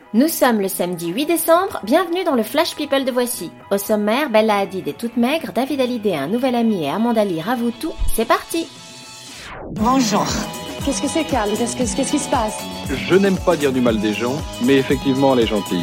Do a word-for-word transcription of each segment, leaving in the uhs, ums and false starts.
Nous sommes le samedi huit décembre, bienvenue dans le Flash People de Voici. Au sommaire, Bella Hadid est toute maigre, David Hallyday a un nouvel ami et Amanda Lear avoue tout, c'est parti. Bonjour. Qu'est-ce que c'est, Carl ? Qu'est-ce, que, qu'est-ce qui se passe ? Je n'aime pas dire du mal des gens, mais effectivement elle est gentille.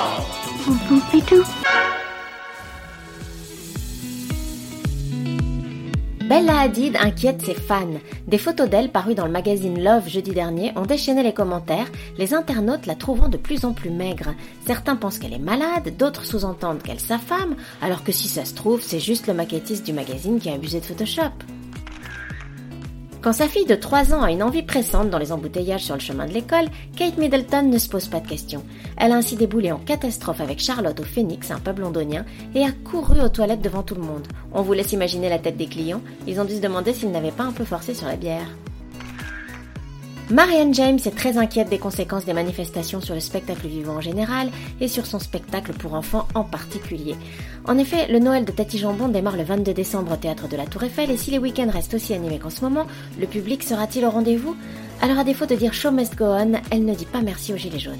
Bella Hadid inquiète ses fans. Des photos d'elle parues dans le magazine Love jeudi dernier ont déchaîné les commentaires, les internautes la trouvant de plus en plus maigre. Certains pensent qu'elle est malade, d'autres sous-entendent qu'elle s'affame, alors que si ça se trouve, c'est juste le maquettiste du magazine qui a abusé de Photoshop. Quand sa fille de trois ans a une envie pressante dans les embouteillages sur le chemin de l'école, Kate Middleton ne se pose pas de questions. Elle a ainsi déboulé en catastrophe avec Charlotte au Phoenix, un pub londonien, et a couru aux toilettes devant tout le monde. On vous laisse imaginer la tête des clients, ils ont dû se demander s'ils n'avaient pas un peu forcé sur la bière. Marianne James est très inquiète des conséquences des manifestations sur le spectacle vivant en général et sur son spectacle pour enfants en particulier. En effet, le Noël de Tati Jambon démarre le vingt-deux décembre au Théâtre de la Tour Eiffel et si les week-ends restent aussi animés qu'en ce moment, le public sera-t-il au rendez-vous ? Alors à défaut de dire « show must go on », elle ne dit pas merci aux gilets jaunes.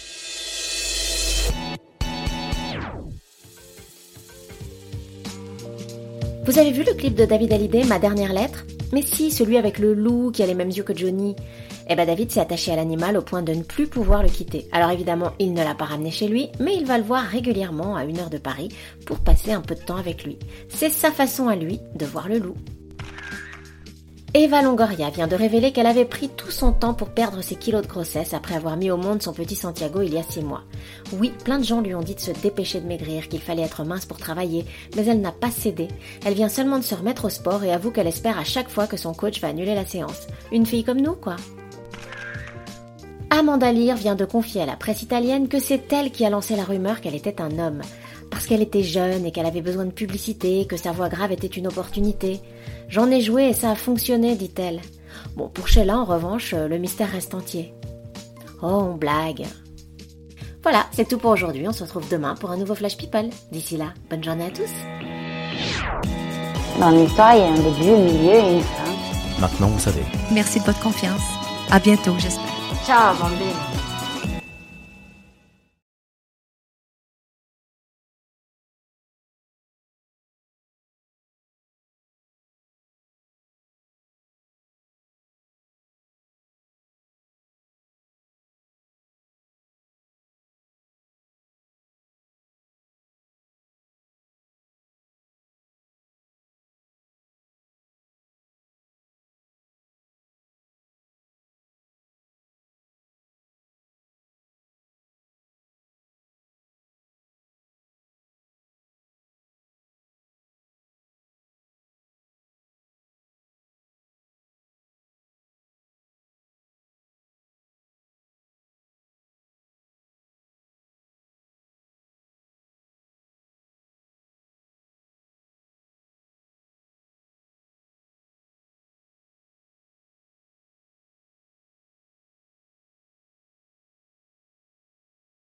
Vous avez vu le clip de David Hallyday, Ma dernière lettre ? Mais si, celui avec le loup qui a les mêmes yeux que Johnny. Eh ben David s'est attaché à l'animal au point de ne plus pouvoir le quitter. Alors évidemment, il ne l'a pas ramené chez lui, mais il va le voir régulièrement à une heure de Paris pour passer un peu de temps avec lui. C'est sa façon à lui de voir le loup. Eva Longoria vient de révéler qu'elle avait pris tout son temps pour perdre ses kilos de grossesse après avoir mis au monde son petit Santiago il y a six mois. Oui, plein de gens lui ont dit de se dépêcher de maigrir, qu'il fallait être mince pour travailler, mais elle n'a pas cédé. Elle vient seulement de se remettre au sport et avoue qu'elle espère à chaque fois que son coach va annuler la séance. Une fille comme nous, quoi. Amanda Lear vient de confier à la presse italienne que c'est elle qui a lancé la rumeur qu'elle était un homme. Parce qu'elle était jeune et qu'elle avait besoin de publicité, que sa voix grave était une opportunité. J'en ai joué et ça a fonctionné, dit-elle. Bon, pour Sheila, en revanche, le mystère reste entier. Oh, on blague. Voilà, c'est tout pour aujourd'hui. On se retrouve demain pour un nouveau Flash People. D'ici là, bonne journée à tous. Dans l'histoire, il y a un début, un milieu et une fin. Maintenant, vous savez. Merci de votre confiance. À bientôt, j'espère. Ciao, bambine.